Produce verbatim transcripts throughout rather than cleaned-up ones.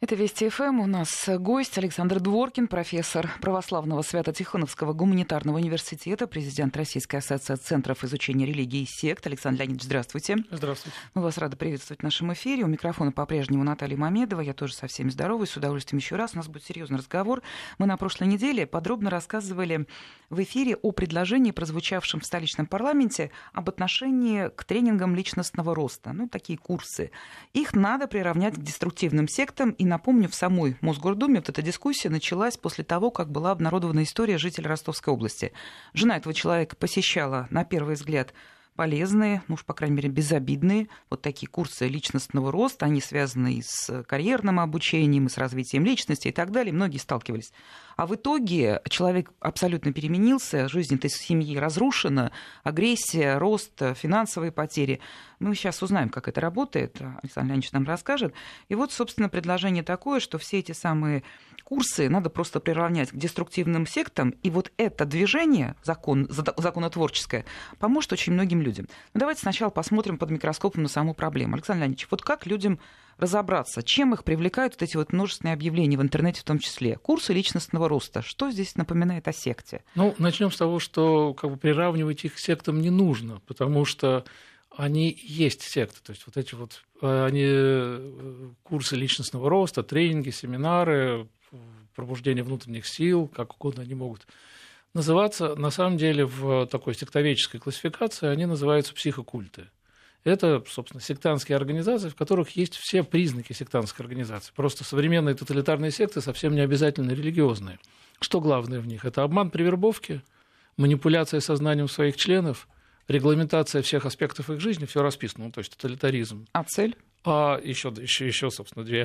Это Вести ФМ. У нас гость Александр Дворкин, профессор Православного Свято-Тихоновского гуманитарного университета, президент Российской ассоциации центров изучения религии и сект. Александр Леонидович, здравствуйте. Здравствуйте. Мы вас рады приветствовать в нашем эфире. У микрофона по-прежнему Наталья Мамедова. Я тоже со всеми здороваюсь. С удовольствием еще раз. У нас будет серьезный разговор. Мы на прошлой неделе подробно рассказывали в эфире о предложении, прозвучавшем в столичном парламенте, об отношении к тренингам личностного роста. Ну, такие курсы. Их надо приравнять к деструктивным сектам. И напомню, в самой Мосгордуме вот эта дискуссия началась после того, как была обнародована история жителя Ростовской области. Жена этого человека посещала, на первый взгляд, полезные, ну уж, по крайней мере, безобидные, вот такие курсы личностного роста, они связаны и с карьерным обучением, и с развитием личности и так далее, многие сталкивались. А в итоге человек абсолютно переменился, жизнь этой семьи разрушена, агрессия, рост, финансовые потери. Мы сейчас узнаем, как это работает, Александр Леонидович нам расскажет. И вот, собственно, предложение такое, что все эти самые курсы надо просто приравнять к деструктивным сектам, и вот это движение закон, законотворческое поможет очень многим людям. Но давайте сначала посмотрим под микроскопом на саму проблему. Александр Леонидович, вот как людям разобраться, чем их привлекают вот эти вот множественные объявления в интернете в том числе? Курсы личностного роста. Что здесь напоминает о секте? Ну, начнем с того, что как бы приравнивать их к сектам не нужно, потому что они есть секты. То есть вот эти вот они, курсы личностного роста, тренинги, семинары, пробуждение внутренних сил, как угодно они могут называться. На самом деле в такой сектоведческой классификации они называются психокульты. Это, собственно, сектантские организации, в которых есть все признаки сектантской организации. Просто современные тоталитарные секты совсем не обязательно религиозные. Что главное в них? Это обман при вербовке, манипуляция сознанием своих членов, регламентация всех аспектов их жизни, все расписано, ну, то есть тоталитаризм. А цель? А еще, еще, еще, собственно, две,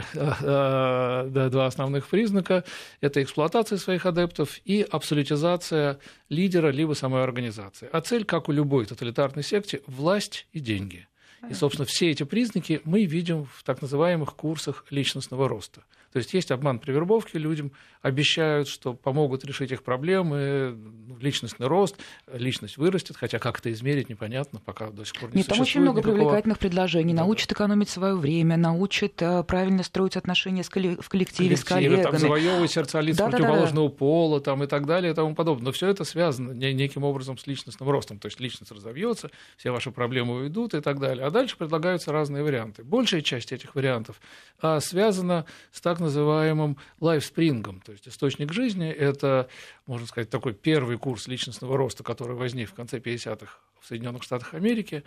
да, два основных признака. Это эксплуатация своих адептов и абсолютизация лидера либо самой организации. А цель, как у любой тоталитарной секте, власть и деньги. И, собственно, все эти признаки мы видим в так называемых курсах личностного роста. То есть есть обман при вербовке, людям обещают, что помогут решить их проблемы, личностный рост, личность вырастет, хотя как это измерить, непонятно, пока до сих пор не Нет, существует. там очень много никакого... привлекательных предложений. Да, научат да. экономить свое время, научат правильно строить отношения с коллег... в коллективе, коллективе, с коллегами. Там, завоевывать сердца лиц да, противоположного да, да. пола там, и так далее и тому подобное. Но все это связано неким образом с личностным ростом. То есть личность разовьется, все ваши проблемы уйдут и так далее. А дальше предлагаются разные варианты. Большая часть этих вариантов а, связана с так называемым лайфспрингом, то есть источник жизни. Это, можно сказать, такой первый курс личностного роста, который возник в конце пятидесятых в Соединенных Штатах Америки.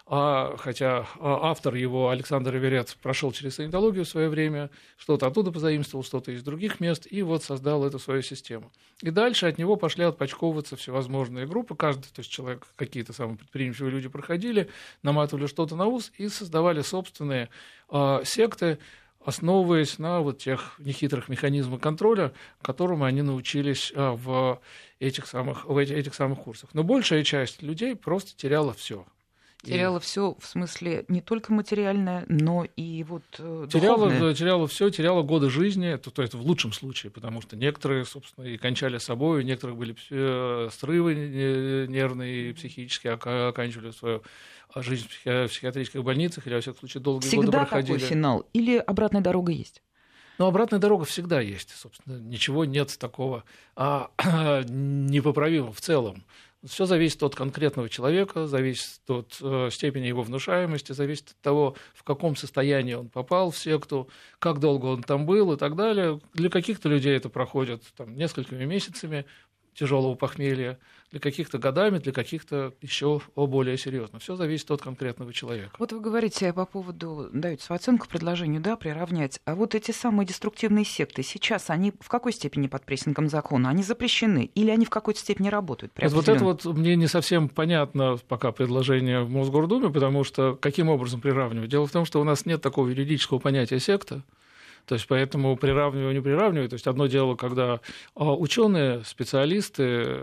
А, хотя автор его, Александр Эверетт, прошел через саентологию в свое время, что-то оттуда позаимствовал, что-то из других мест, и вот создал эту свою систему. И дальше от него пошли отпочковываться всевозможные группы. Каждый, то есть человек, какие-то самые предприимчивые люди проходили, наматывали что-то на ус и создавали собственные а, секты, основываясь на вот тех нехитрых механизмах контроля, которым они научились а, в этих самых, в этих, этих самых курсах. Но большая часть людей просто теряла все. Теряла и... все в смысле не только материальное, но и вот теряла, духовное. теряла все, теряла годы жизни, это, то это в лучшем случае, потому что некоторые, собственно, и кончали собой, у некоторых были срывы нервные и психические, оканчивали свою жизнь в психиатрических больницах, или, во всяком случае, долгие Всегда годы проходили. Всегда такой финал? Или обратная дорога есть? Но обратная дорога всегда есть, собственно, ничего нет такого а, непоправимого в целом. Все зависит от конкретного человека, зависит от э, степени его внушаемости, зависит от того, в каком состоянии он попал в секту, как долго он там был и так далее. Для каких-то людей это проходит там, несколькими месяцами тяжелого похмелья, для каких-то годами, для каких-то еще более серьезно. Все зависит от конкретного человека. Вот вы говорите по поводу, даете свою оценку предложению, да, приравнять. А вот эти самые деструктивные секты, сейчас они в какой степени под прессингом закона? Они запрещены или они в какой-то степени работают? Вот это вот мне не совсем понятно пока предложение в Мосгордуме, потому что каким образом приравнивать? Дело в том, что у нас нет такого юридического понятия секта. То есть поэтому приравниваю, не приравниваю. То есть одно дело, когда ученые, специалисты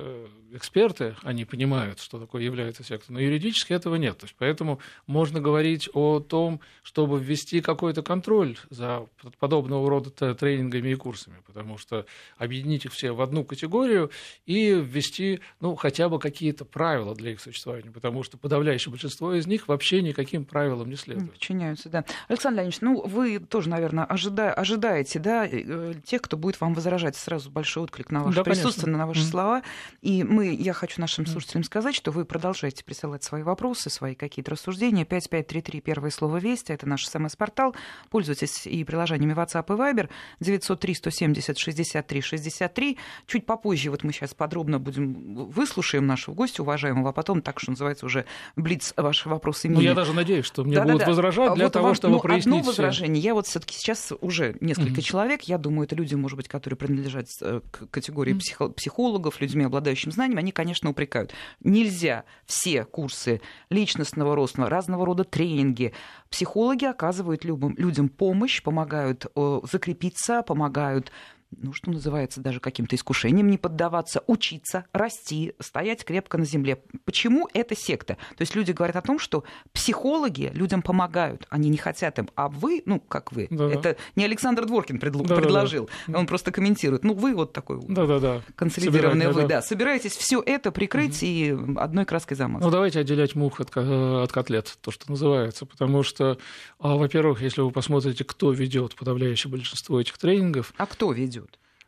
эксперты, они понимают, что такое является секта, но юридически этого нет. То есть, поэтому можно говорить о том, чтобы ввести какой-то контроль за подобного рода тренингами и курсами, потому что объединить их все в одну категорию и ввести, ну, хотя бы какие-то правила для их существования, потому что подавляющее большинство из них вообще никаким правилам не следует. Подчиняются, да. Александр Леонидович, ну, вы тоже, наверное, ожида... ожидаете, да, тех, кто будет вам возражать. Сразу большой отклик на ваше да, присутствие, конечно. на ваши mm-hmm. слова. И мы, я хочу нашим слушателям сказать, что вы продолжаете присылать свои вопросы, свои какие-то рассуждения. пять пять три три, первое слово «Вести», это наш смс-портал. Пользуйтесь и приложениями WhatsApp и Viber. девятьсот три сто семьдесят шестьдесят три шестьдесят три. Чуть попозже вот мы сейчас подробно будем выслушаем нашего гостя, уважаемого, а потом, так что называется, уже блиц ваши вопросы. Ну, я даже надеюсь, что мне да, будут да, да. возражать для вот того, вам, чтобы ну, прояснить одно возражение. Я вот все-таки сейчас уже несколько mm-hmm. человек, я думаю, это люди, может быть, которые принадлежат к категории mm-hmm. психологов, людьми, обладающими знанием, они, конечно, упрекают. Нельзя все курсы личностного роста, разного рода тренинги. Психологи оказывают людям, людям помощь, помогают э, закрепиться, помогают, ну, что называется, даже каким-то искушениям не поддаваться, учиться, расти, стоять крепко на земле. Почему это секта? То есть люди говорят о том, что психологи людям помогают, они не хотят им, а вы, ну, как вы, да-да. это не Александр Дворкин предл- да-да-да. предложил, он просто комментирует, ну, вы вот такой да-да-да. консолидированный Собирать, вы, да. да, собираетесь все это прикрыть угу. и одной краской замазать. Ну, давайте отделять мух от, от котлет, то, что называется, потому что, во-первых, если вы посмотрите, кто ведет подавляющее большинство этих тренингов... А кто ведет?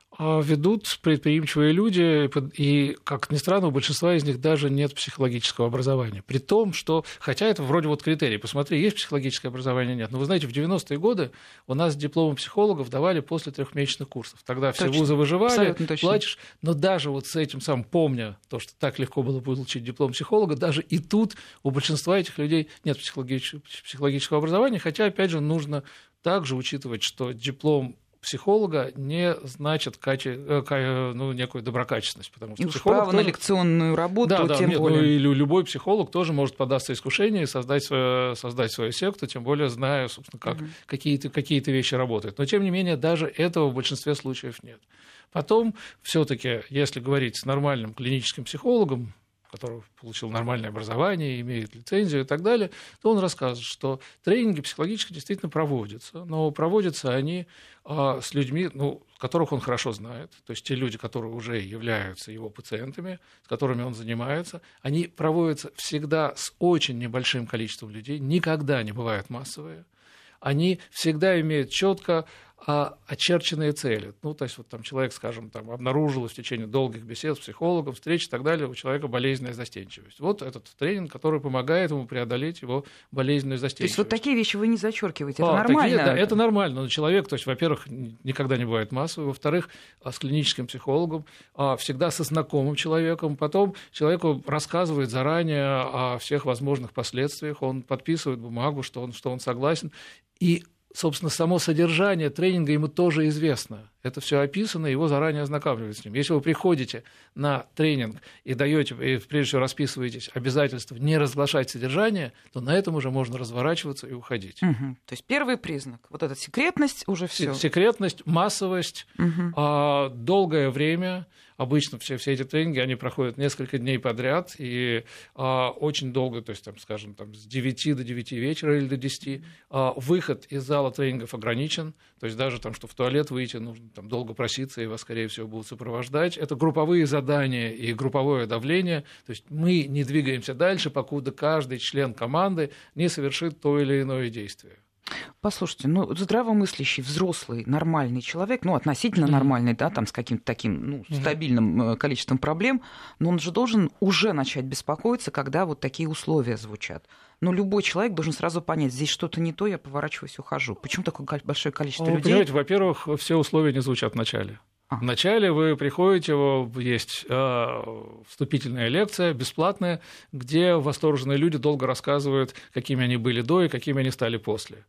Ведут предприимчивые люди, и, как ни странно, у большинства из них даже нет психологического образования. При том, что, хотя это вроде вот критерий, посмотри, есть психологическое образование, нет. Но вы знаете, в девяностые годы у нас дипломы психологов давали после трехмесячных курсов. Тогда все точно. Вузы выживали, платишь, но даже вот с этим сам, помня то, что так легко было получить диплом психолога, даже и тут у большинства этих людей нет психологического, психологического образования, хотя, опять же, нужно также учитывать, что диплом психолога не значит каче... ну, некую доброкачественность. Потому что и психолог право тоже... на лекционную работу, да, да, тем нет, более. Ну, и любой психолог тоже может поддаться искушению и создать свою, создать свою секту, тем более зная, собственно, как угу. какие-то, какие-то вещи работают. Но, тем не менее, даже этого в большинстве случаев нет. Потом, все-таки, если говорить с нормальным клиническим психологом, который получил нормальное образование, имеет лицензию и так далее, то он рассказывает, что тренинги психологически действительно проводятся, но проводятся они а, с людьми, ну, которых он хорошо знает, то есть те люди, которые уже являются его пациентами, с которыми он занимается, они проводятся всегда с очень небольшим количеством людей, никогда не бывают массовые, они всегда имеют четко а очерченные цели. Ну, то есть, вот там человек, скажем, там, обнаружил в течение долгих бесед с психологом, встреч и так далее, у человека болезненная застенчивость. Вот этот тренинг, который помогает ему преодолеть его болезненную застенчивость. То есть, вот такие вещи вы не зачеркиваете, это а, нормально? Такие, да, это нормально. Но человек, то есть, во-первых, никогда не бывает массовый, во-вторых, с клиническим психологом, всегда со знакомым человеком, потом человеку рассказывает заранее о всех возможных последствиях, он подписывает бумагу, что он, что он согласен, и собственно, само содержание тренинга ему тоже известно. Это все описано, его заранее ознакомливают с ним. Если вы приходите на тренинг и даете, и прежде всего расписываетесь обязательства не разглашать содержание, то на этом уже можно разворачиваться и уходить. Угу. То есть первый признак, вот эта секретность уже все. Секретность, массовость, угу. а, долгое время. Обычно все, все эти тренинги, они проходят несколько дней подряд, и а, очень долго, то есть, там, скажем, там, с девяти до девяти вечера или до десяти, а, выход из зала тренингов ограничен, то есть даже, там, что в туалет выйти, нужно там, долго проситься, и вас, скорее всего, будут сопровождать. Это групповые задания и групповое давление, то есть мы не двигаемся дальше, покуда каждый член команды не совершит то или иное действие. Послушайте, ну, здравомыслящий, взрослый, нормальный человек, ну, относительно нормальный, да, там, с каким-то таким, ну, стабильным количеством проблем, но он же должен уже начать беспокоиться, когда вот такие условия звучат. Но любой человек должен сразу понять, здесь что-то не то, я поворачиваюсь, ухожу. Почему такое большое количество ну, людей? Понимаете, во-первых, все условия не звучат в начале. А. Вначале вы приходите, есть э, вступительная лекция, бесплатная, где восторженные люди долго рассказывают, какими они были до и какими они стали после.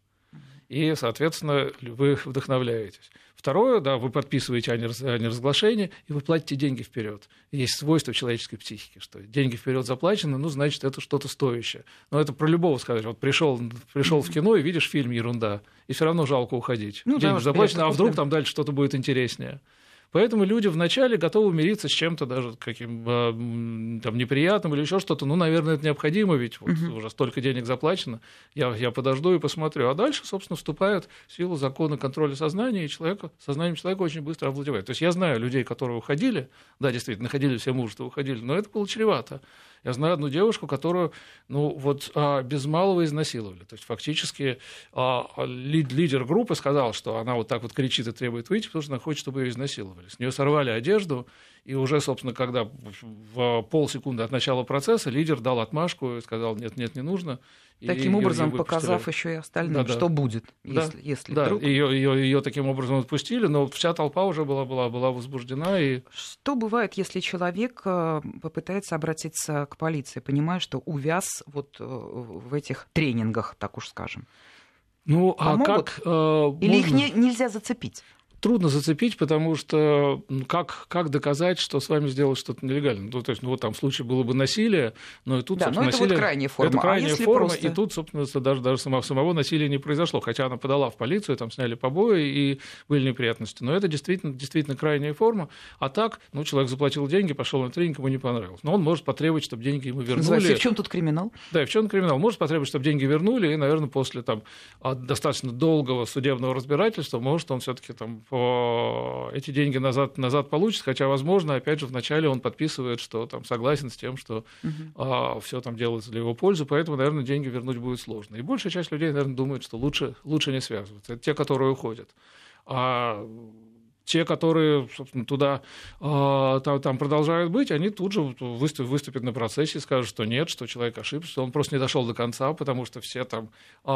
И, соответственно, вы вдохновляетесь. Второе, да, вы подписываете о неразглашении, и вы платите деньги вперед. Есть свойство человеческой психики, что деньги вперед заплачены, ну, значит, это что-то стоящее. Но это про любого сказать. Вот пришел, пришел в кино и видишь фильм ерунда, и все равно жалко уходить. Ну, деньги да, заплачены, а вдруг там дальше что-то будет интереснее. Поэтому люди вначале готовы мириться с чем-то даже каким там неприятным или еще что-то. Ну, наверное, это необходимо, ведь вот угу. уже столько денег заплачено, я, я подожду и посмотрю. А дальше, собственно, вступает в силу закона контроля сознания, и человека, сознанием человека очень быстро овладевает. То есть я знаю людей, которые уходили, да, действительно, находили все мужество, уходили, но это было чревато. Я знаю одну девушку, которую, ну, вот а, без малого изнасиловали. То есть фактически а, лид, лидер группы сказал, что она вот так вот кричит и требует выйти, потому что она хочет, чтобы ее изнасиловали. С нее сорвали одежду, и уже, собственно, когда в полсекунды от начала процесса лидер дал отмашку и сказал, нет, нет, не нужно. Таким и образом, ее показав еще и остальным, да, что да. будет, да, если, если да, вдруг... Ее, ее, ее таким образом отпустили, но вся толпа уже была, была, была возбуждена. И... Что бывает, если человек попытается обратиться к полиции, понимая, что увяз вот в этих тренингах, так уж скажем? Ну, помогут? А как, э, Или можно... их не, нельзя зацепить? Трудно зацепить, потому что как, как доказать, что с вами сделать что-то нелегально? Ну, то есть, ну, вот там в случае было бы насилие, но и тут, да, собственно, но это насилие... вот крайняя форма. Это крайняя а форма, просто... и тут, собственно, даже, даже самого, самого насилия не произошло, хотя она подала в полицию, там сняли побои и были неприятности. Но это действительно, действительно крайняя форма. А так, ну, человек заплатил деньги, пошел на тренинг, ему не понравилось. Но он может потребовать, чтобы деньги ему вернули. Называется, и в чем тут криминал? Да, и в чем криминал? Может потребовать, чтобы деньги вернули, и, наверное, после там, достаточно долгого судебного разбирательства, может он все-таки там по эти деньги назад, назад получит, хотя, возможно, опять же, вначале он подписывает, что там согласен с тем, что uh-huh. а, все там делается для его пользы, поэтому, наверное, деньги вернуть будет сложно. И большая часть людей, наверное, думает, что лучше, лучше не связываться. Это те, которые уходят. А те, которые, собственно, туда э, там, там продолжают быть, они тут же выступят, выступят на процессе и скажут, что нет, что человек ошибся, что он просто не дошел до конца, потому что все там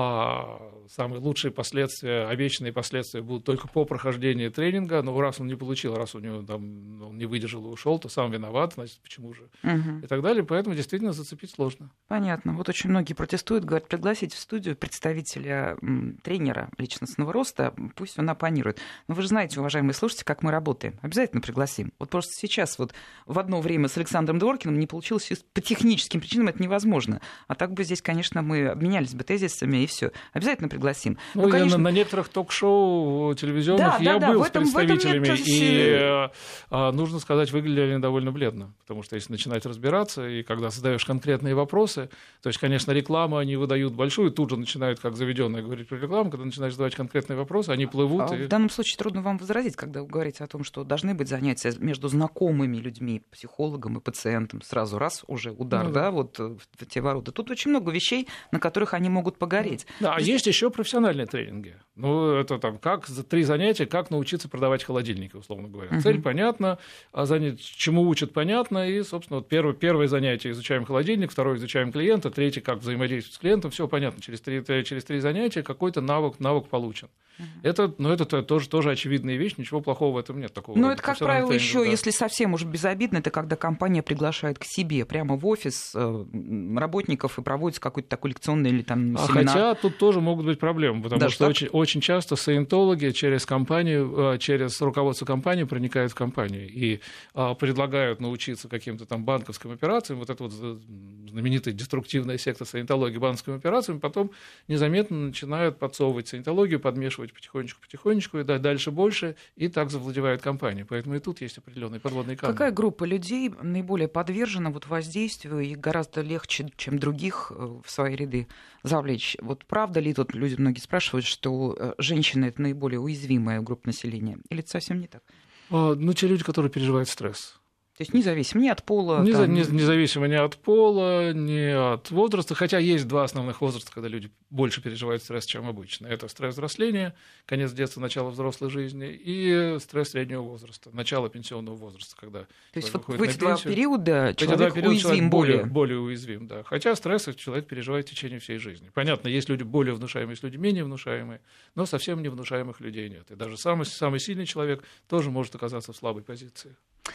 э, самые лучшие последствия, обещанные последствия будут только по прохождении тренинга, но раз он не получил, раз у него там, он не выдержал и ушел, то сам виноват, значит, почему же, угу. и так далее, поэтому действительно зацепить сложно. Понятно. Вот очень многие протестуют, говорят, пригласить в студию представителя тренера личностного роста, пусть он оппонирует. Но вы же знаете, уважаемые слушайте, как мы работаем. Обязательно пригласим. Вот просто сейчас вот в одно время с Александром Дворкиным не получилось, по техническим причинам это невозможно. А так бы здесь, конечно, мы обменялись бы тезисами и все. Обязательно пригласим. Ну, ну, конечно... на, на некоторых ток-шоу телевизионных да, я да, был да, с этом, представителями, этом и а, нужно сказать, выглядели они довольно бледно. Потому что если начинать разбираться, и когда задаешь конкретные вопросы, то есть, конечно, рекламу они выдают большую, тут же начинают, как заведенные, говорить про рекламу, когда начинаешь задавать конкретные вопросы, они плывут. А и... В данном случае трудно вам возразить, когда вы говорите о том, что должны быть занятия между знакомыми людьми, психологом и пациентом. Сразу раз, уже удар, ну, да. да, вот в те ворота. Тут очень много вещей, на которых они могут погореть. Да, а есть, есть еще профессиональные тренинги. Ну, это там, как за три занятия, как научиться продавать холодильники, условно говоря. Uh-huh. Цель понятна, а занятие, чему учат, понятно. И, собственно, вот первое, первое занятие изучаем холодильник, второе изучаем клиента, третье, как взаимодействовать с клиентом. Все понятно. Через три, через три занятия какой-то навык, навык получен. Uh-huh. Это, ну, это тоже, тоже очевидная вещь, ничего плохого в этом нет. Такого ну, это, как правило, тренинга, еще, да. если совсем уж безобидно, это когда компания приглашает к себе прямо в офис работников и проводится какой-то такой лекционный или там семинар. А хотя тут тоже могут быть проблемы, потому да, что очень, очень часто саентологи через компанию, через руководство компании проникают в компанию и предлагают научиться каким-то там банковским операциям, вот эта вот знаменитая деструктивная секта саентологии банковским операциям, потом незаметно начинают подсовывать саентологию, подмешивать потихонечку-потихонечку, и дальше больше, и так завладевают компанией. Поэтому и тут есть определенные подводные камни. Какая группа людей наиболее подвержена вот воздействию и гораздо легче, чем других, в свои ряды завлечь? Вот правда ли тут люди многие спрашивают, что женщины — это наиболее уязвимая группа населения? Или это совсем не так? А, ну, те люди, которые переживают стресс. То есть независимо ни от пола? Не, там... Независимо ни от пола, ни от возраста. Хотя есть два основных возраста, когда люди больше переживают стресс, чем обычно. Это стресс взросления, конец детства, начало взрослой жизни, и стресс среднего возраста, начало пенсионного возраста, когда То есть вот выходит в эти два периода человек два периода уязвим человек более? более? Более уязвим, да. Хотя стресс человек переживает в течение всей жизни. Понятно, есть люди более внушаемые, есть люди менее внушаемые, но совсем невнушаемых людей нет. И даже самый, самый сильный человек тоже может оказаться в слабой позиции.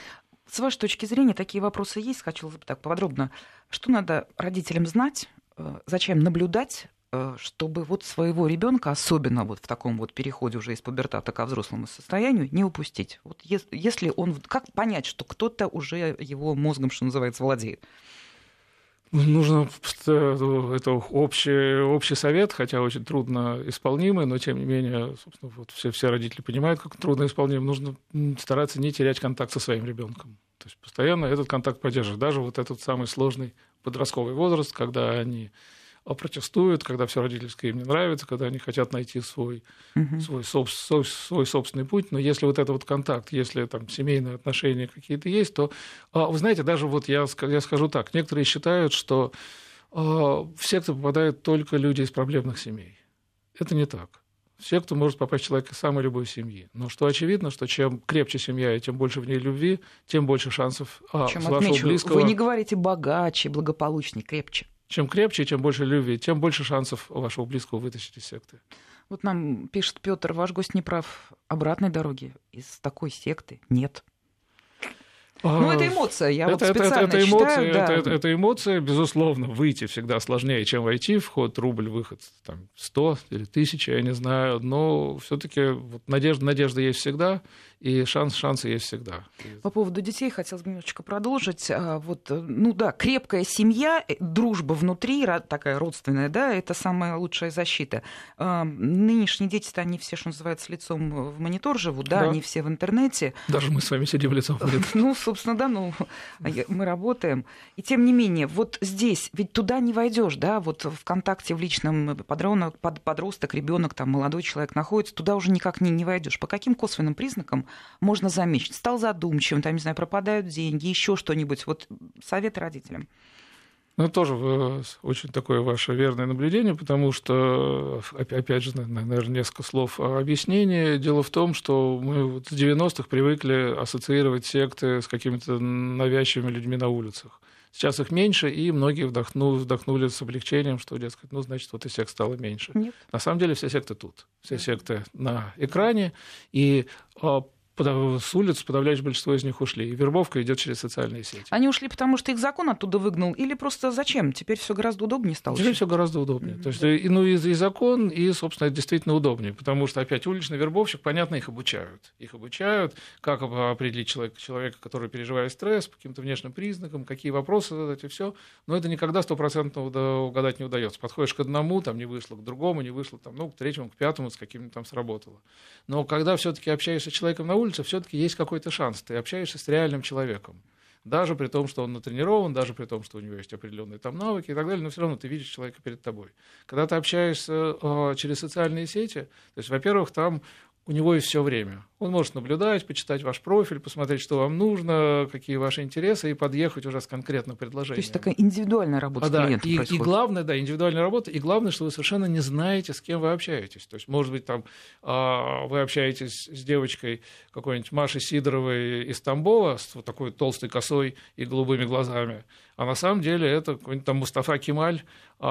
С вашей точки зрения, такие вопросы есть? Хочу так подробно. Что надо родителям знать, зачем наблюдать, чтобы вот своего ребенка, особенно вот в таком вот переходе уже из пубертата ко взрослому состоянию, не упустить? Вот если он... Как понять, что кто-то уже его мозгом, что называется, владеет? Нужно это общий, общий совет, хотя очень трудно исполнимый, но тем не менее, собственно, вот все, все родители понимают, как трудно исполнимый. Нужно стараться не терять контакт со своим ребенком. То есть постоянно этот контакт поддерживать. Даже вот этот самый сложный подростковый возраст, когда они протестуют, когда все родительское им не нравится, когда они хотят найти свой, uh-huh. свой, свой, свой собственный путь. Но если вот этот вот контакт, если там семейные отношения какие-то есть, то, вы знаете, даже вот я, я скажу так, некоторые считают, что в секту попадают только люди из проблемных семей. Это не так. В секту может попасть человек из самой любой семьи. Но что очевидно, что чем крепче семья и тем больше в ней любви, тем больше шансов а, с вашего отмечу, близкого... Вы не говорите богаче, благополучнее, крепче. Чем крепче, чем больше любви, тем больше шансов вашего близкого вытащить из секты. Вот нам пишет Петр, ваш гость не прав. Обратной дороги из такой секты нет. Ну, это эмоция, я это, вот специально это, это, это считаю. Эмоция, да. это, это, это эмоция, безусловно, выйти всегда сложнее, чем войти, вход, рубль, выход, там, сто или тысяча, я не знаю, но все-таки вот надежда, надежда есть всегда, и шанс, шансы есть всегда. По поводу детей хотелось бы немножечко продолжить. Вот, ну да, крепкая семья, дружба внутри, такая родственная, да, это самая лучшая защита. Нынешние дети-то, они все, что называется, лицом в монитор живут, да, да. Они все в интернете. Даже мы с вами сидим лицом в монитор. Ну, собственно, да, ну, мы работаем. И тем не менее, вот здесь, ведь туда не войдешь, да, вот в контакте в личном подросток, подросток, ребенок, там, молодой человек находится, туда уже никак не, не войдешь. По каким косвенным признакам можно заметить? Стал задумчивым, там, не знаю, пропадают деньги, еще что-нибудь. Вот совет родителям. Ну, тоже очень такое ваше верное наблюдение, потому что, опять же, наверное, несколько слов объяснения. Дело в том, что мы вот с девяностых привыкли ассоциировать секты с какими-то навязчивыми людьми на улицах. Сейчас их меньше, и многие вдохнули, вдохнули с облегчением, что, дескать, ну, значит, вот и сект стало меньше. Нет. На самом деле все секты тут. Все секты на экране, и с улиц подавляющее большинство из них ушли. И вербовка идет через социальные сети. Они ушли, потому что их закон оттуда выгнал, или просто зачем? Теперь все гораздо удобнее стало. Теперь все гораздо удобнее. Mm-hmm. То есть, и, ну, и, и закон, и, собственно, это действительно удобнее. Потому что, опять, уличный вербовщик, понятно, их обучают. Их обучают, как определить человека, человека, который переживает стресс, по каким-то внешним признакам, какие вопросы задать, и все. Но это никогда стопроцентно угадать не удается. Подходишь к одному, там не вышло, к другому не вышло, там, ну, к третьему, к пятому, с каким-то там сработало. Но когда все-таки общаешься с человеком на улице, все-таки есть какой-то шанс. Ты общаешься с реальным человеком. Даже при том, что он натренирован, даже при том, что у него есть определенные там навыки и так далее, но все равно ты видишь человека перед тобой. Когда ты общаешься э, через социальные сети, то есть, во-первых, там у него есть все время. Он может наблюдать, почитать ваш профиль, посмотреть, что вам нужно, какие ваши интересы, и подъехать уже с конкретным предложением. То есть такая индивидуальная работа а, с клиентом да, и, происходит. И главное, да, индивидуальная работа, и главное, что вы совершенно не знаете, с кем вы общаетесь. То есть, может быть, там вы общаетесь с девочкой какой-нибудь Машей Сидоровой из Тамбова с вот такой толстой косой и голубыми глазами, а на самом деле это какой-нибудь там Мустафа Кемаль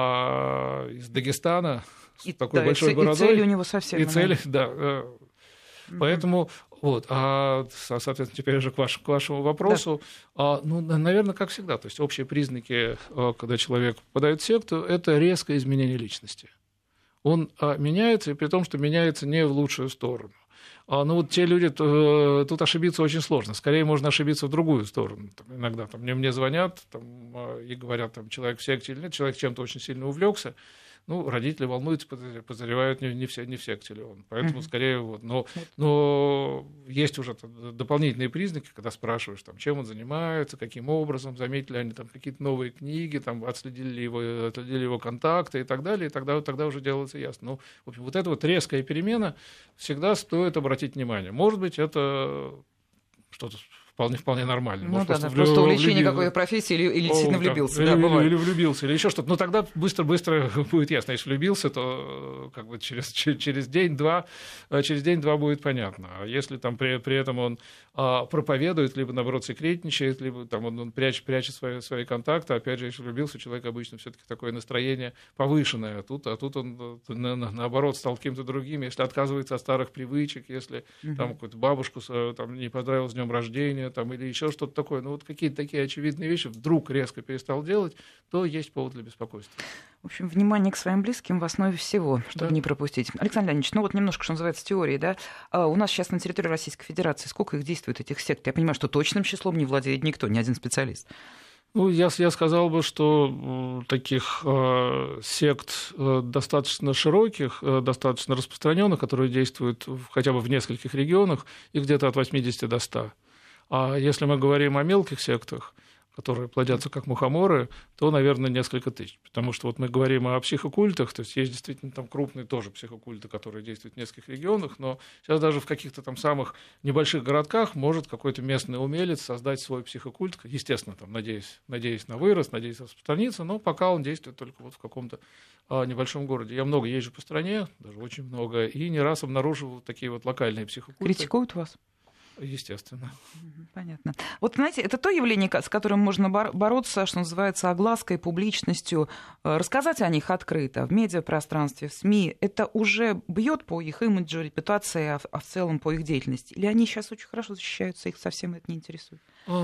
а, из Дагестана с и, такой да, большой и бородой. И цели у него совсем. И цели, да. Mm-hmm. Поэтому, вот, а, соответственно, теперь уже к, ваш, к вашему вопросу. Да. А, ну, наверное, как всегда, то есть общие признаки, когда человек попадает в секту, это резкое изменение личности. Он а, меняется, и при том, что меняется не в лучшую сторону. А, ну, вот те люди, то, тут ошибиться очень сложно. Скорее можно ошибиться в другую сторону. Там, иногда там, мне, мне звонят там, и говорят, там, человек в секте или нет, человек чем-то очень сильно увлекся. Ну, родители волнуются, подозревают, не, не, все, не в секте ли он. Поэтому uh-huh. скорее вот. Но, но есть уже дополнительные признаки, когда спрашиваешь, там, чем он занимается, каким образом, заметили они там какие-то новые книги, там, отследили его, отследили его контакты и так далее, и тогда, тогда уже делается ясно. Ну, в общем, вот эта вот резкая перемена всегда стоит обратить внимание. Может быть, это что-то вполне, вполне нормально. Ну, может, да, просто, просто увлечение влюбил... какой-то профессии или, или О, действительно влюбился. Да, да, или, бывает. или влюбился, или еще что-то. Но тогда быстро-быстро будет ясно. Если влюбился, то как бы через, через день-два через день-два будет понятно. А если там при, при этом он а, проповедует, либо, наоборот, секретничает, либо там, он, он прячет, прячет свои, свои контакты, опять же, если влюбился, у человека обычно все-таки такое настроение повышенное. А тут, а тут он, на, на, наоборот, стал кем-то другим. Если отказывается от старых привычек, если угу. там какую-то бабушку там, не поздравил с днем рождения, там, или еще что-то такое, ну вот какие-то такие очевидные вещи вдруг резко перестал делать, то есть повод для беспокойства. В общем, внимание к своим близким в основе всего, чтобы да. не пропустить. Александр Леонидович, ну вот немножко, что называется, теории, да? А у нас сейчас на территории Российской Федерации сколько их действует, этих сект? Я понимаю, что точным числом не владеет никто, ни один специалист. Ну, я, я сказал бы, что э, таких э, сект э, достаточно широких, э, достаточно распространенных, которые действуют в, хотя бы в нескольких регионах, их где-то от восьмидесяти до ста. А если мы говорим о мелких сектах, которые плодятся как мухоморы, то, наверное, несколько тысяч. Потому что вот мы говорим о психокультах, то есть есть действительно там крупные тоже психокульты, которые действуют в нескольких регионах, но сейчас даже в каких-то там самых небольших городках может какой-то местный умелец создать свой психокульт, естественно, там, надеясь, надеясь на вырост, надеясь распространиться, но пока он действует только вот в каком-то а, небольшом городе. Я много езжу по стране, даже очень много, и не раз обнаруживал такие вот локальные психокульты. Критикуют вас? Естественно. Понятно. Вот, знаете, это то явление, с которым можно бороться, что называется, оглаской, публичностью, рассказать о них открыто в медиапространстве, в СМИ. Это уже бьет по их имиджу, репутации, а в целом по их деятельности? Или они сейчас очень хорошо защищаются, их совсем это не интересует?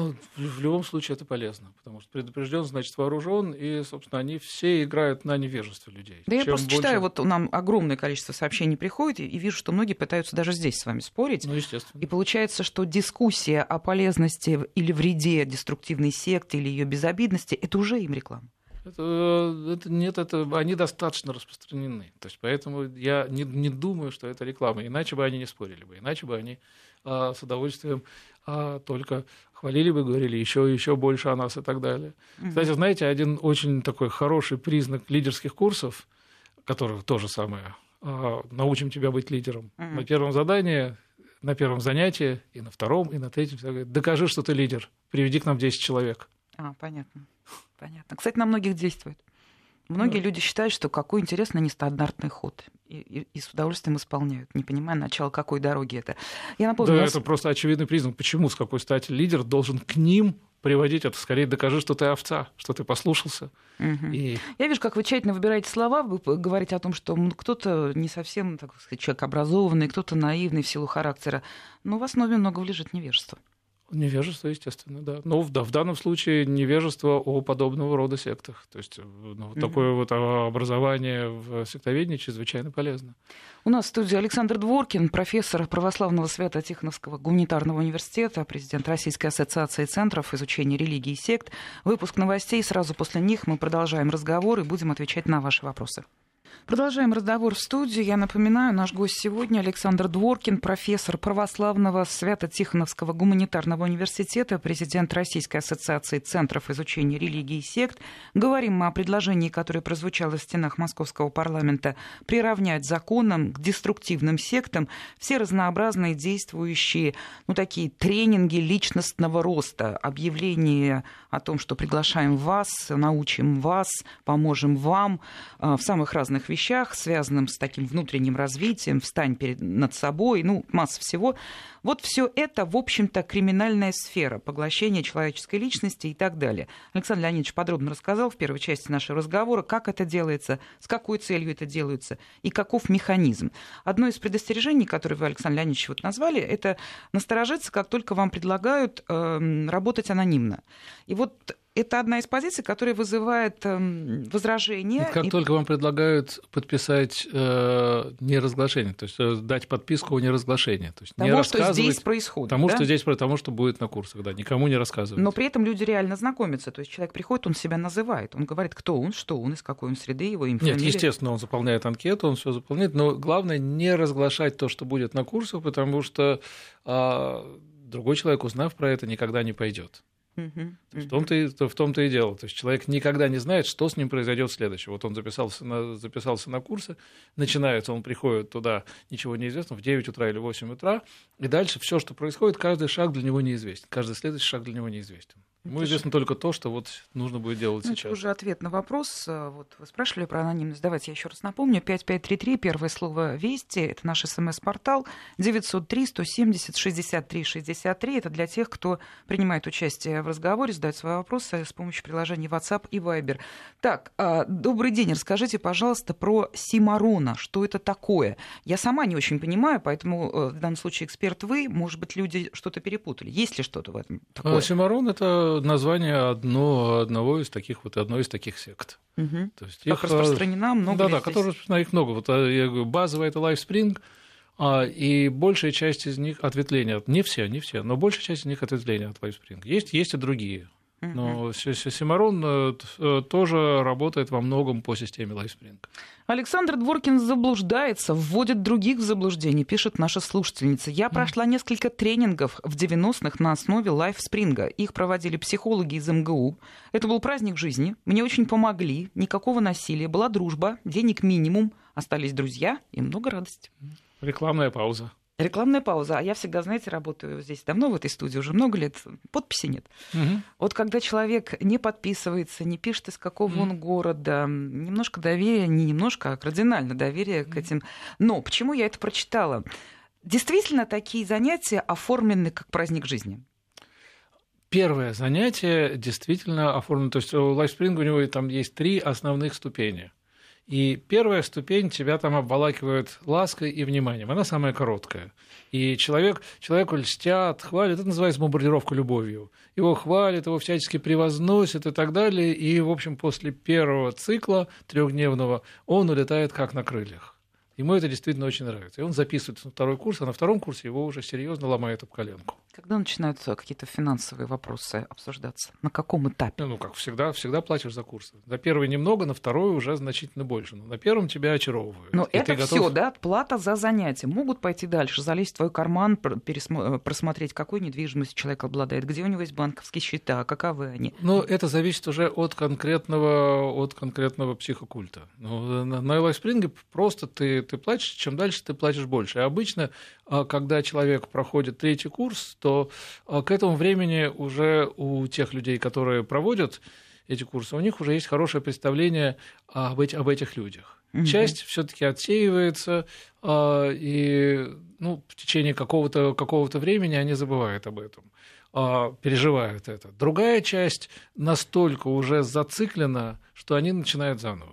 В любом случае это полезно, потому что предупрежден, значит вооружен, и, собственно, они все играют на невежество людей. Да, я Чем просто больше... читаю, вот нам огромное количество сообщений приходит, и вижу, что многие пытаются даже здесь с вами спорить. Ну, естественно. И получается, что дискуссия о полезности или вреде деструктивной секты или ее безобидности, это уже им реклама. Это, это, нет, это, они достаточно распространены. То есть, поэтому я не, не думаю, что это реклама. Иначе бы они не спорили бы, иначе бы они а, с удовольствием а, только хвалили бы, говорили еще, еще больше о нас и так далее. Mm-hmm. Кстати, знаете, один очень такой хороший признак лидерских курсов, который то же самое, а, научим тебя быть лидером. Mm-hmm. На первом задании, на первом занятии, и на втором, и на третьем, докажи, что ты лидер, приведи к нам десять человек. А, понятно. Понятно. Кстати, на многих действует. Многие да. люди считают, что какой интересный нестандартный ход. И, и, и с удовольствием исполняют, не понимая начала какой дороги это. Я напомню, да, нас... это просто очевидный признак. Почему, с какой стати лидер должен к ним приводить это? Скорее докажи, что ты овца, что ты послушался. Угу. И... Я вижу, как вы тщательно выбираете слова, вы говорите о том, что кто-то не совсем, так сказать, человек образованный, кто-то наивный в силу характера, но в основе многого лежит невежество. Невежество, естественно, да. Но в, да, в данном случае невежество о подобного рода сектах. То есть ну, mm-hmm. такое вот образование в сектоведении чрезвычайно полезно. У нас в студии Александр Дворкин, профессор Православного Свято-Тихоновского гуманитарного университета, президент Российской ассоциации центров изучения религий и сект. Выпуск новостей. Сразу после них мы продолжаем разговор и будем отвечать на ваши вопросы. Продолжаем разговор в студии. Я напоминаю, наш гость сегодня Александр Дворкин, профессор Православного Свято-Тихоновского гуманитарного университета, президент Российской ассоциации центров изучения религий и сект. Говорим мы о предложении, которое прозвучало в стенах Московского парламента, приравнять законом к деструктивным сектам все разнообразные действующие, ну, такие тренинги личностного роста, объявления о том, что приглашаем вас, научим вас, поможем вам в самых разных вещах. вещах, связанным с таким внутренним развитием, встань перед, над собой, ну, масса всего. Вот все это, в общем-то, криминальная сфера, поглощение человеческой личности и так далее. Александр Леонидович подробно рассказал в первой части нашего разговора, как это делается, с какой целью это делается и каков механизм. Одно из предостережений, которое вы, Александр Леонидович, вот назвали, это насторожиться, как только вам предлагают э, работать анонимно. И вот это одна из позиций, которая вызывает э, возражения. И как и... только вам предлагают подписать э, неразглашение, то есть э, дать подписку о неразглашении. То есть того, не рассказывать что здесь происходит. Тому, да? что здесь, тому, что будет на курсах, да, никому не рассказывать. Но при этом люди реально знакомятся. То есть человек приходит, он себя называет, он говорит, кто он, что он, из какой он среды, его имя, Нет, фамилия. естественно, он заполняет анкету, он все заполняет, но главное не разглашать то, что будет на курсах, потому что э, другой человек, узнав про это, никогда не пойдет. Uh-huh, uh-huh. В том-то, и, в том-то и дело. То есть человек никогда не знает, что с ним произойдет следующее. Вот он записался на, записался на курсы, начинается, он приходит туда, ничего не известно, в девять утра или в восемь утра, и дальше все, что происходит, каждый шаг для него неизвестен, каждый следующий шаг для него неизвестен. Ему известно только то, что вот нужно будет делать ну, сейчас. Это уже ответ на вопрос. Вот вы спрашивали про анонимность. Давайте я еще раз напомню. пять пять три три, первое слово «Вести». Это наш смс-портал. девятьсот три сто семьдесят шестьдесят три шестьдесят три. Это для тех, кто принимает участие в разговоре, задает свои вопросы с помощью приложений WhatsApp и Viber. Так, добрый день. Расскажите, пожалуйста, про симарона. Что это такое? Я сама не очень понимаю, поэтому в данном случае эксперт вы. Может быть, люди что-то перепутали. Есть ли что-то в этом такое? Симарон — это название одно, одного из таких вот одной из таких сект. Угу. То есть как их распространена, много. Да, да, которые распространена, их много. Вот я говорю, базовая — это LifeSpring, и большая часть из них ответвления. Не все, не все, но большая часть из них ответвления от LifeSpring. Есть, есть и другие. Но Cimarron тоже работает во многом по системе LifeSpring. Александр Дворкин заблуждается, вводит других в заблуждение, пишет наша слушательница. Я прошла несколько тренингов в девяностых на основе LifeSpring. Их проводили психологи из эм гэ у. Это был праздник жизни. Мне очень помогли. Никакого насилия. Была дружба. Денег минимум. Остались друзья и много радости. Рекламная пауза. Рекламная пауза. А я всегда, знаете, работаю здесь давно, в этой студии, уже много лет. Подписи нет. Угу. Вот когда человек не подписывается, не пишет, из какого угу. он города, немножко доверия, не немножко, а кардинально доверие угу. к этим. Но почему я это прочитала? Действительно, такие занятия оформлены как праздник жизни? Первое занятие действительно оформлено. То есть у LifeSpring у него там есть три основных ступени. И первая ступень тебя там обволакивает лаской и вниманием. Она самая короткая. И человек, человеку льстят, хвалят. Это называется бомбардировка любовью. Его хвалят, его всячески превозносят и так далее. И, в общем, после первого цикла трехдневного он улетает как на крыльях. Ему это действительно очень нравится. И он записывается на второй курс, а на втором курсе его уже серьезно ломает об коленку. Когда начинаются какие-то финансовые вопросы обсуждаться? На каком этапе? Ну, как всегда, всегда платишь за курсы. За первый немного, на второй уже значительно больше. Но на первом тебя очаровывают. Но и это готов... все, да, плата за занятие. Могут пойти дальше, залезть в твой карман, пересмо... просмотреть, какой недвижимостью человек обладает, где у него есть банковские счета, каковы они. Ну, это зависит уже от конкретного, от конкретного психокульта. Ну, на LifeSpring просто ты, ты платишь, чем дальше ты платишь больше. И обычно, когда человек проходит третий курс, то к этому времени уже у тех людей, которые проводят эти курсы, у них уже есть хорошее представление об, эти, об этих людях. Угу. Часть все-таки отсеивается, и ну, в течение какого-то, какого-то времени они забывают об этом, переживают это. Другая часть настолько уже зациклена, что они начинают заново.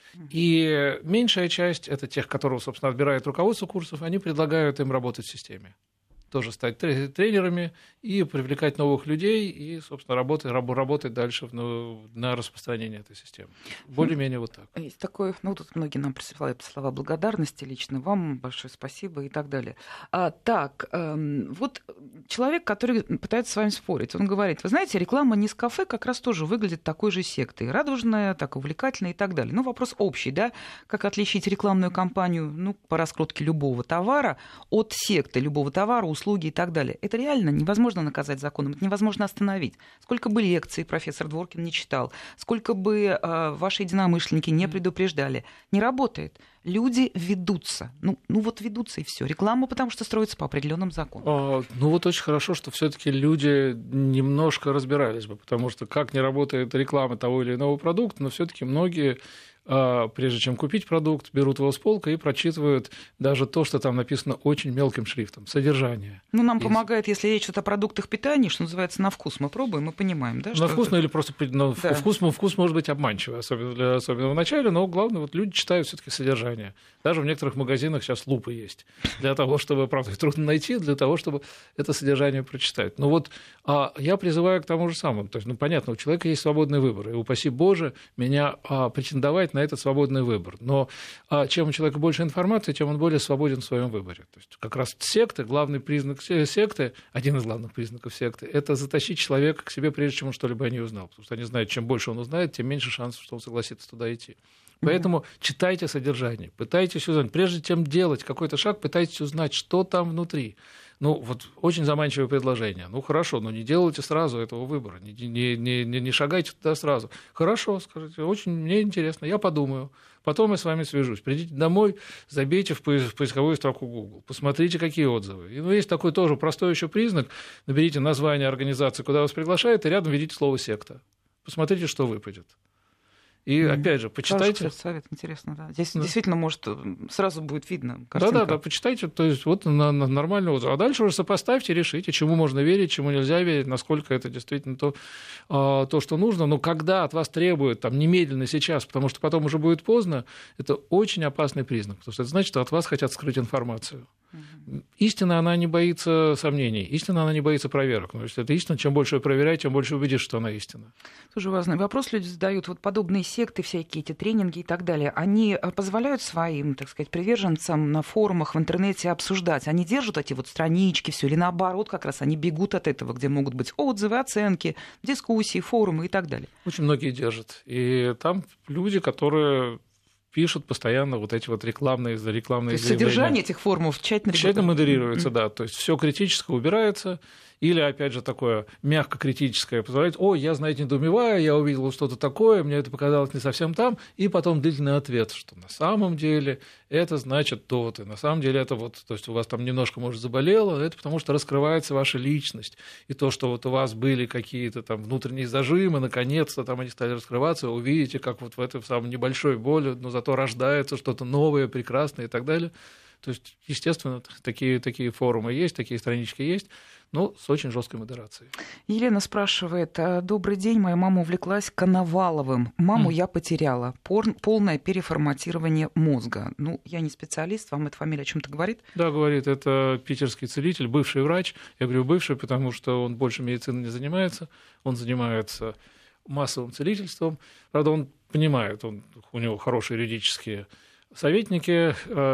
И меньшая часть, это тех, которые, собственно, отбирает руководство курсов, они предлагают им работать в системе. Тоже стать тренерами и привлекать новых людей и, собственно, работать, работать дальше ну, на распространение этой системы. Более-менее вот так. Есть такое, ну, тут многие нам присылают слова благодарности лично вам, большое спасибо и так далее. А, так, эм, вот человек, который пытается с вами спорить, он говорит, вы знаете, реклама Нескафе как раз тоже выглядит такой же сектой, радужная, так увлекательная и так далее. Ну, вопрос общий, да, как отличить рекламную кампанию, ну, по раскрутке любого товара от секты любого товара, услуги и так далее. Это реально невозможно наказать законом, это невозможно остановить. Сколько бы лекций профессор Дворкин не читал, сколько бы э, ваши единомышленники не предупреждали, не работает. Люди ведутся. Ну, ну вот ведутся и все. Реклама, потому что строится по определенным законам. А, ну вот очень хорошо, что все-таки люди немножко разбирались бы, потому что как не работает реклама того или иного продукта, но все-таки многие, прежде чем купить продукт, берут его с полка и прочитывают даже то, что там написано очень мелким шрифтом, содержание. Ну, нам и... помогает, если речь идет о продуктах питания, что называется, на вкус. Мы пробуем, мы понимаем, да? На вкус, это... ну или просто ну, да. вкус, вкус может быть обманчивый, особенно, для, особенно в начале, но главное, вот люди читают все-таки содержание. Даже в некоторых магазинах сейчас лупы есть для того, чтобы, правда, их трудно найти, для того, чтобы это содержание прочитать. Но вот а, я призываю к тому же самому. То есть, ну, понятно, у человека есть свободный выбор, и упаси Боже меня а, претендовать на этот свободный выбор. Но а, чем у человека больше информации, тем он более свободен в своем выборе. То есть как раз секты, главный признак секты, один из главных признаков секты, это затащить человека к себе, прежде чем он что-либо о ней узнал. Потому что они знают, чем больше он узнает, тем меньше шансов, что он согласится туда идти. Поэтому mm-hmm. читайте содержание, пытайтесь узнать. Прежде чем делать какой-то шаг, пытайтесь узнать, что там внутри. Ну, вот очень заманчивое предложение. Ну, хорошо, но не делайте сразу этого выбора, не, не, не, не шагайте туда сразу. Хорошо, скажите, очень мне интересно, я подумаю. Потом я с вами свяжусь. Придите домой, забейте в поисковую строку Google, посмотрите, какие отзывы. И, ну, есть такой тоже простой еще признак. Наберите название организации, куда вас приглашают, и рядом введите слово «секта». Посмотрите, что выпадет. И, mm. опять же, почитайте. Хороший совет, интересно, да. Здесь да. действительно, может, сразу будет видно картинка. Да-да-да, почитайте, то есть вот на, на нормальный отзыв. А дальше уже сопоставьте, решите, чему можно верить, чему нельзя верить, насколько это действительно то, то что нужно. Но когда от вас требуют там, немедленно сейчас, потому что потом уже будет поздно, это очень опасный признак, потому что это значит, что от вас хотят скрыть информацию. Угу. Истина, она не боится сомнений, истина, она не боится проверок. То есть это истина, чем больше вы проверяете, тем больше убедишь, что она истина. Тоже важный вопрос люди задают. Вот подобные секты, всякие эти тренинги и так далее, они позволяют своим, так сказать, приверженцам на форумах в интернете обсуждать? Они держат эти вот странички, все, или наоборот, как раз они бегут от этого, где могут быть отзывы, оценки, дискуссии, форумы и так далее? Очень многие держат. И там люди, которые пишут постоянно вот эти вот рекламные, рекламные То есть заявления. Содержание этих форумов тщательно Тщательно модерируется, mm-hmm. да. То есть все критическое убирается. Или, опять же, такое мягко критическое позволяет: ой, я, знаете, недоумеваю, я увидел что-то такое, мне это показалось не совсем там, и потом длительный ответ, что на самом деле это значит то-то, на самом деле это вот, то есть у вас там немножко, может, заболело, это потому что раскрывается ваша личность, и то, что вот у вас были какие-то там внутренние зажимы, наконец-то там они стали раскрываться, увидите, как вот в этой самой небольшой боли, но зато рождается что-то новое, прекрасное и так далее. То есть, естественно, такие, такие форумы есть, такие странички есть, но с очень жесткой модерацией. Елена спрашивает: добрый день, моя мама увлеклась Коноваловым. Маму mm. я потеряла. Пор- полное переформатирование мозга. Ну, я не специалист, вам эта фамилия о чем-то говорит? Да, говорит. Это питерский целитель, бывший врач. Я говорю бывший, потому что он больше медициной не занимается. Он занимается массовым целительством. Правда, он понимает, он, у него хорошие юридические советники,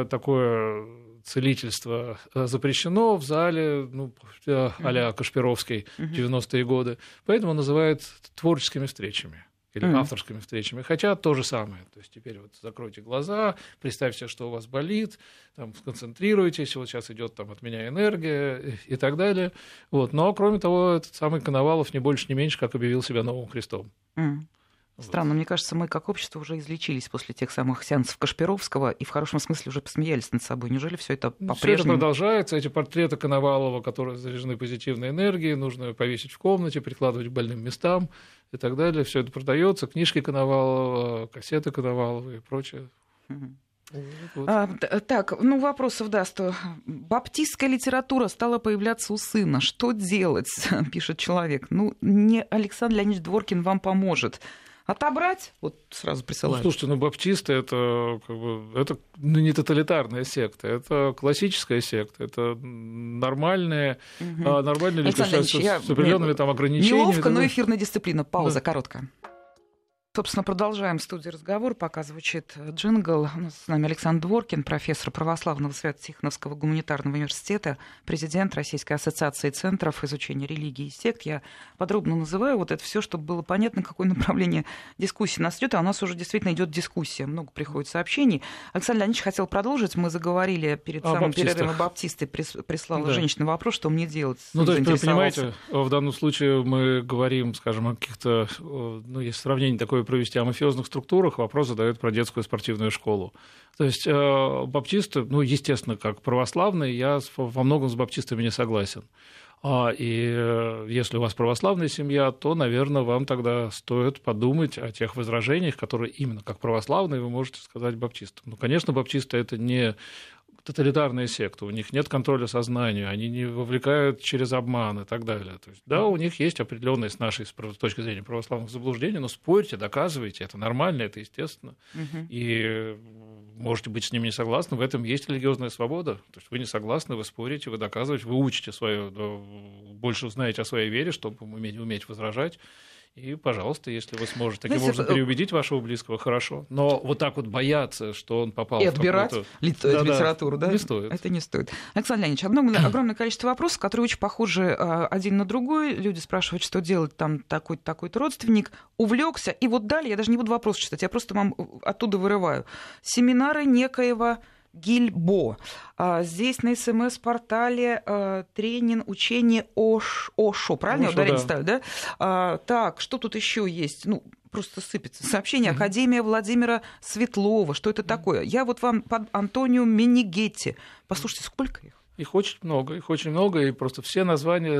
такое целительство запрещено в зале, ну, а-ля Кашпировский, девяностые годы, поэтому называют творческими встречами или mm. авторскими встречами, хотя то же самое. То есть теперь вот закройте глаза, представьте, что у вас болит, там, сконцентрируйтесь, вот сейчас идет там от меня энергия и так далее. Вот. Но, кроме того, этот самый Коновалов не больше, не меньше, как объявил себя новым Христом. Mm. Странно, вот. Мне кажется, мы как общество уже излечились после тех самых сеансов Кашпировского и в хорошем смысле уже посмеялись над собой. Неужели все это по-прежнему? Все это продолжается. Эти портреты Коновалова, которые заряжены позитивной энергией, нужно повесить в комнате, прикладывать к больным местам и так далее. Все это продается. Книжки Коновалова, кассеты Коновалова и прочее. Угу. Вот. А, так, ну вопросов, да, что баптистская литература стала появляться у сына. Что делать, пишет человек. Ну, не Александр Леонидович Дворкин вам поможет. Отобрать? Вот сразу присылают. Ну, слушайте, ну баптисты это, как бы, это ну, не тоталитарная секта, это классическая секта, это нормальная, угу. а, нормальная люди с, с определенными там ограничениями. Неловко, но эфирная дисциплина. Пауза да. короткая. Собственно, продолжаем в студии разговор. Пока звучит джингл. С нами Александр Дворкин, профессор православного Свято-Тихоновского гуманитарного университета, президент Российской ассоциации центров изучения религии и сект. Я подробно называю вот это все, чтобы было понятно, какое направление дискуссии нас идет. А у нас уже действительно идет дискуссия. Много приходит сообщений. Александр Леонидович хотел продолжить. Мы заговорили перед самым баптистах. перерывом. Баптисты прислала да. женщина вопрос, что мне делать. Ну, то есть, вы понимаете, в данном случае мы говорим, скажем, о каких-то, ну, есть сравнение такое провести о мафиозных структурах, вопрос задают про детскую спортивную школу. То есть э, баптисты, ну, естественно, как православные, я во многом с баптистами не согласен. А, и э, если у вас православная семья, то, наверное, вам тогда стоит подумать о тех возражениях, которые именно как православные вы можете сказать баптистам. Ну, конечно, баптисты – это не тоталитарная секта, у них нет контроля сознания, они не вовлекают через обман и так далее. То есть, да, у них есть определенные с нашей с точки зрения православных заблуждений, но спорьте, доказывайте, это нормально, это естественно. Угу. И можете быть с ними не согласны, в этом есть религиозная свобода. То есть вы не согласны, вы спорите, вы доказываете, вы учите свое, больше узнаете о своей вере, чтобы уметь, уметь возражать. И, пожалуйста, если вы сможете таким Знаете, образом переубедить вашего близкого, хорошо. Но вот так вот бояться, что он попал и в отбирать ли- да, литературу, да? Не стоит. Это не стоит. Александр Леонидович, огромное, огромное количество вопросов, которые очень похожи один на другой. Люди спрашивают, что делать, там такой-то, такой-то родственник увлекся. И вот далее, я даже не буду вопрос читать, я просто вам оттуда вырываю. Семинары некоего Гильбо. Здесь на СМС-портале тренинг, учение ОШ, ОШО. Правильно Ошо, я ударение да. ставлю, да? А, так, что тут еще есть? Ну, просто сыпется. Сообщение. Mm-hmm. Академия Владимира Светлова. Что это mm-hmm. такое? Я вот вам под Антонио Менегетти. Послушайте, сколько их? Их очень много, их очень много, и просто все названия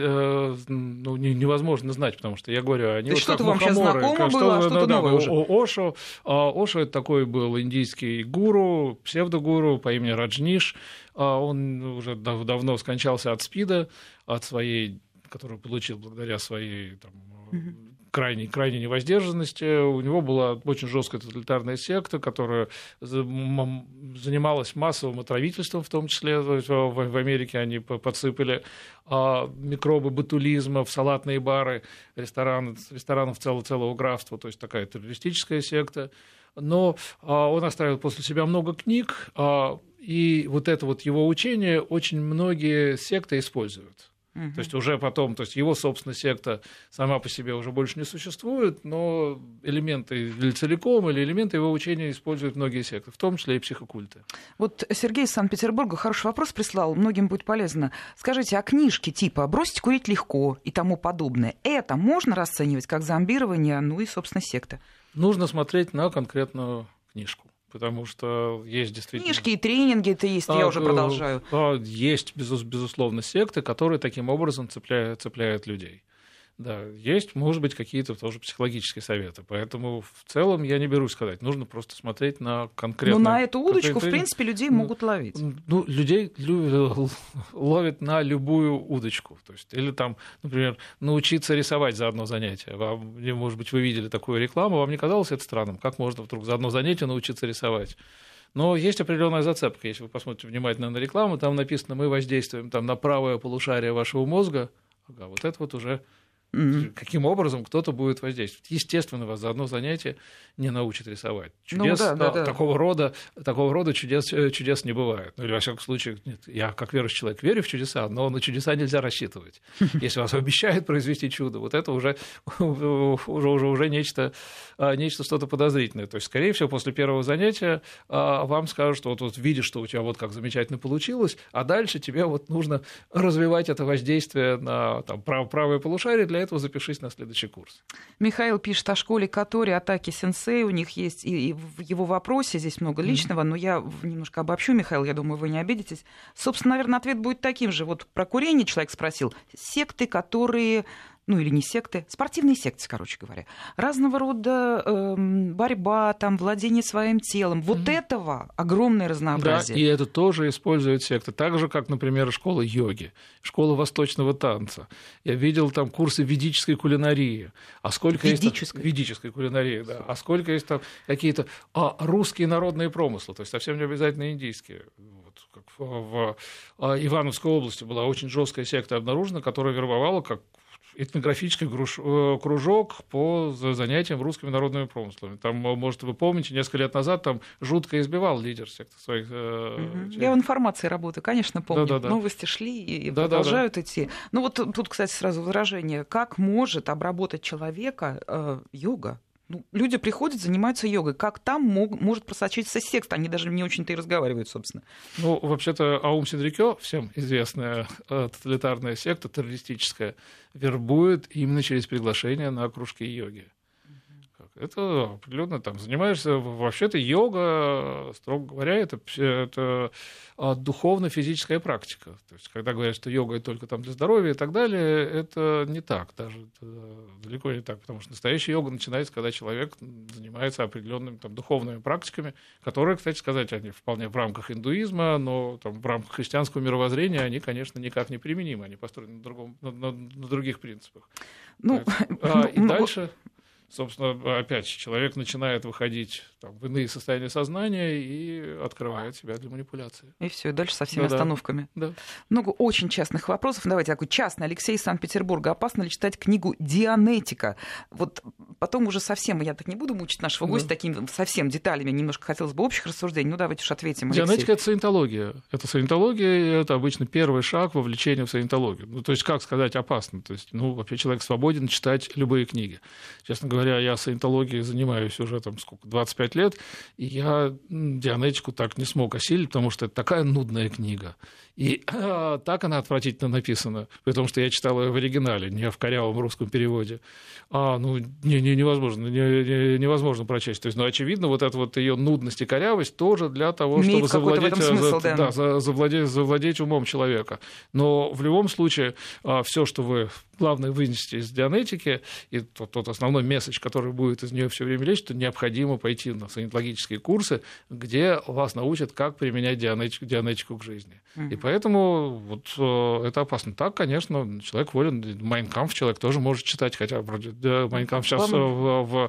ну, невозможно знать, потому что я говорю, они вот что-то вам сейчас знакомо как, было, что, а что-то да, новое да, уже. Ошо, Ошо это такой был индийский гуру, псевдогуру по имени Раджниш, он уже дав- давно скончался от СПИДа, от своей, которую получил благодаря своей там, mm-hmm. крайней, крайней невоздержанности. У него была очень жесткая тоталитарная секта, которая занималась массовым отравительством, в том числе в Америке они подсыпали микробы ботулизма в салатные бары рестораны, ресторанов целого, целого графства, то есть такая террористическая секта. Но он оставил после себя много книг, и вот это вот его учение очень многие секты используют. Uh-huh. То есть уже потом, то есть его, собственно, секта сама по себе уже больше не существует, но элементы или целиком, или элементы его учения используют многие секты, в том числе и психокульты. Вот Сергей из Санкт-Петербурга хороший вопрос прислал, многим будет полезно. Скажите, а книжки типа «Бросить курить легко» и тому подобное, это можно расценивать как зомбирование, ну и, собственно, секта? Нужно смотреть на конкретную книжку. Потому что есть действительно... Книжки и тренинги это есть, а, я уже продолжаю. Есть, безусловно, секты, которые таким образом цепляют, цепляют людей. Да, есть, может быть, какие-то тоже психологические советы. Поэтому в целом я не берусь сказать. Нужно просто смотреть на конкретные... Но на эту удочку, в принципе, людей могут ловить. Ну, людей ловят на любую удочку. То есть, или там, например, научиться рисовать за одно занятие. Вам, может быть, вы видели такую рекламу, вам не казалось это странным? Как можно вдруг за одно занятие научиться рисовать? Но есть определенная зацепка. Если вы посмотрите внимательно на рекламу, там написано, мы воздействуем там, на правое полушарие вашего мозга. Ага, вот это вот уже... Mm-hmm. Каким образом кто-то будет воздействовать. Естественно, вас за одно занятие не научат рисовать. Чудес, ну, да, да, да. Такого, рода, такого рода чудес, чудес не бывает. Ну, или, во всяком случае, нет, я, как верующий человек, верю в чудеса, но на чудеса нельзя рассчитывать. Если вас обещают произвести чудо, вот это уже, уже, уже, уже нечто, нечто, что-то подозрительное. То есть, скорее всего, после первого занятия вам скажут, что вот, вот видишь, что у тебя вот как замечательно получилось, а дальше тебе вот нужно развивать это воздействие на там, прав, правое полушарие, для этого запишись на следующий курс. Михаил пишет о школе Катори, атаки сенсей. У них есть и, и в его вопросе здесь много личного, mm-hmm. но я немножко обобщу, Михаил, я думаю, вы не обидитесь. Собственно, наверное, ответ будет таким же. Вот про курение человек спросил. Секты, которые... ну или не секты, спортивные секции, короче говоря. Разного рода э, борьба, там, владение своим телом. Вот mm-hmm. этого огромное разнообразие. Да, и это тоже используют секты. Так же, как, например, школа йоги, школа восточного танца. Я видел там курсы ведической кулинарии. А сколько ведической? Есть, ведической кулинарии, да. А сколько есть там какие-то а, русские народные промыслы, то есть совсем не обязательно индийские. Вот, как в, в, в Ивановской области была очень жесткая секта обнаружена, которая вербовала как этнографический кружок по занятиям русскими народными промыслами. Там, может, вы помните, несколько лет назад там жутко избивал лидер секты своих... Угу. Я в информации работаю, конечно, помню. Да, да, да. Новости шли и да, продолжают да, да. идти. Ну вот тут, кстати, сразу возражение. Как может обработать человека э, йога? Ну, люди приходят, занимаются йогой. Как там мог, может просочиться секта? Они даже не очень-то и разговаривают, собственно. Ну, вообще-то Аум Синрикё, всем известная э, тоталитарная секта, террористическая, вербует именно через приглашение на кружки йоги. Это определенно там занимаешься. Вообще-то йога, строго говоря, это, это духовно-физическая практика. То есть, когда говорят, что йога это только там для здоровья и так далее, это не так, даже далеко не так, потому что настоящая йога начинается, когда человек занимается определенными там, духовными практиками, которые, кстати сказать, они вполне в рамках индуизма, но там, в рамках христианского мировоззрения они, конечно, никак не применимы, они построены на, другом, на, на, на других принципах. Ну, а, и дальше... Собственно, опять человек начинает выходить там, в иные состояния сознания и открывает себя для манипуляции. И все, и дальше со всеми да, остановками. Да. Много очень частных вопросов. Давайте такой частный. Алексей из Санкт-Петербурга. Опасно ли читать книгу «Дианетика»? Вот потом уже совсем, я так не буду мучить нашего гостя да. такими совсем деталями. Немножко хотелось бы общих рассуждений. Ну, давайте уж ответим, Алексей. Дианетика — это саентология. Это саентология, это обычно первый шаг во вовлечение в саентологию. Ну, то есть, как сказать, опасно? То есть, ну, вообще человек свободен читать любые книги. Честно говоря, я саентологией занимаюсь уже там сколько, двадцать пять лет, и я Дианетику так не смог осилить, потому что это такая нудная книга. И а, так она отвратительно написана, потому что я читал ее в оригинале, не в корявом русском переводе. А, ну, не, не, невозможно, не, не, невозможно прочесть. То есть, ну, очевидно, вот эта вот ее нудность и корявость тоже для того, имеет чтобы завладеть, смысл, за, да. Да, завладеть, завладеть умом человека. Но в любом случае, а, все, что вы главное вынесете из Дианетики, и тот, тот основной месседж, который будет из нее все время лечь, то необходимо пойти на саентологические курсы, где вас научат, как применять дианетику, дианетику к жизни. Mm-hmm. И Поэтому вот это опасно. Так, конечно, человек волен. Майн кампф человек тоже может читать, хотя вроде да, Майн кампф сейчас в, в,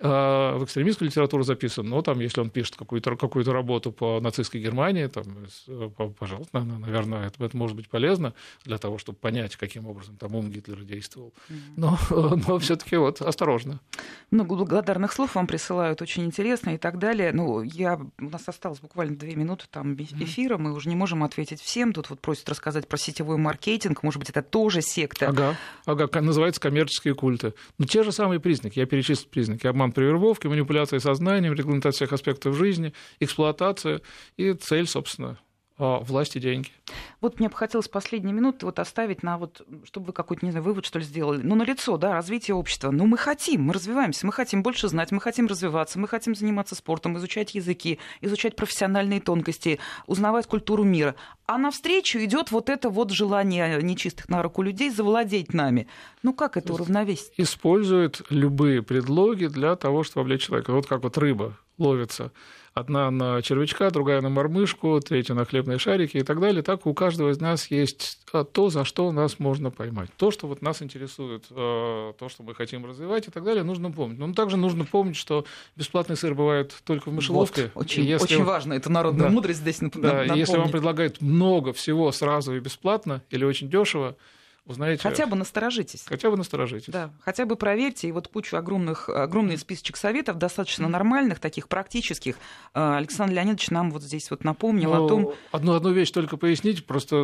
в экстремистскую литературу записан, но там, если он пишет какую-то, какую-то работу по нацистской Германии, там, пожалуйста, наверное, это, это может быть полезно для того, чтобы понять, каким образом там ум Гитлера действовал. Но, но все-таки вот осторожно. Много благодарных слов вам присылают, очень интересно и так далее. Ну, я, у нас осталось буквально две минуты там эфира, мы уже не можем ответить всем. Тут вот просят рассказать про сетевой маркетинг, может быть, это тоже секта. Ага, ага, называется коммерческие культы. Ну, те же самые признаки, я перечислил признаки: обман при вербовке, манипуляция сознанием, регламентация всех аспектов жизни, эксплуатация и цель, собственно, власть и деньги. Вот мне бы хотелось последние минуты вот оставить на вот, чтобы вы какой-то, не знаю, вывод, что ли, сделали. Ну, налицо, да, развитие общества. Ну, мы хотим, мы развиваемся, мы хотим больше знать, мы хотим развиваться, мы хотим заниматься спортом, изучать языки, изучать профессиональные тонкости, узнавать культуру мира. А навстречу идет вот это вот желание нечистых на руку людей завладеть нами. Ну, как это уравновесить? Используют любые предлоги для того, чтобы вовлечь человека. Вот как вот рыба ловится. Одна на червячка, другая на мормышку, третья на хлебные шарики и так далее. Так у каждого из нас есть то, за что нас можно поймать. То, что вот нас интересует, то, что мы хотим развивать и так далее, нужно помнить. Но также нужно помнить, что бесплатный сыр бывает только в мышеловке. Вот, очень очень важно, это народная да, мудрость здесь нап- да, напомнить. Если вам предлагают много всего сразу и бесплатно или очень дешево, узнаете... Хотя бы насторожитесь. Хотя бы насторожитесь. Да, хотя бы проверьте. И вот кучу огромных, огромный списочек советов, достаточно нормальных, таких практических. Александр Леонидович нам вот здесь вот напомнил ну, о том... Одну, одну вещь только пояснить, просто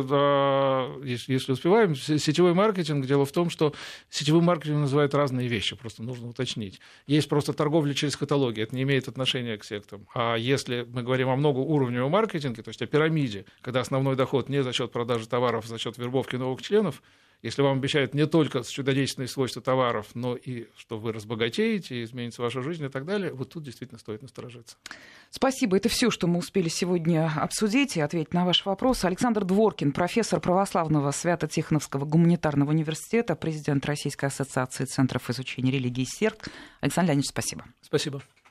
да, если, если успеваем. Сетевой маркетинг, дело в том, что сетевой маркетинг называют разные вещи, просто нужно уточнить. Есть просто торговля через каталоги, это не имеет отношения к сектам. А если мы говорим о многоуровневом маркетинге, то есть о пирамиде, когда основной доход не за счет продажи товаров, а за счет вербовки новых членов, если вам обещают не только чудодейственные свойства товаров, но и что вы разбогатеете, изменится ваша жизнь и так далее, вот тут действительно стоит насторожиться. Спасибо. Это все, что мы успели сегодня обсудить и ответить на ваш вопрос. Александр Дворкин, профессор православного Свято-Тихоновского гуманитарного университета, президент Российской ассоциации центров изучения религии и сект. Александр Леонидович, спасибо. Спасибо.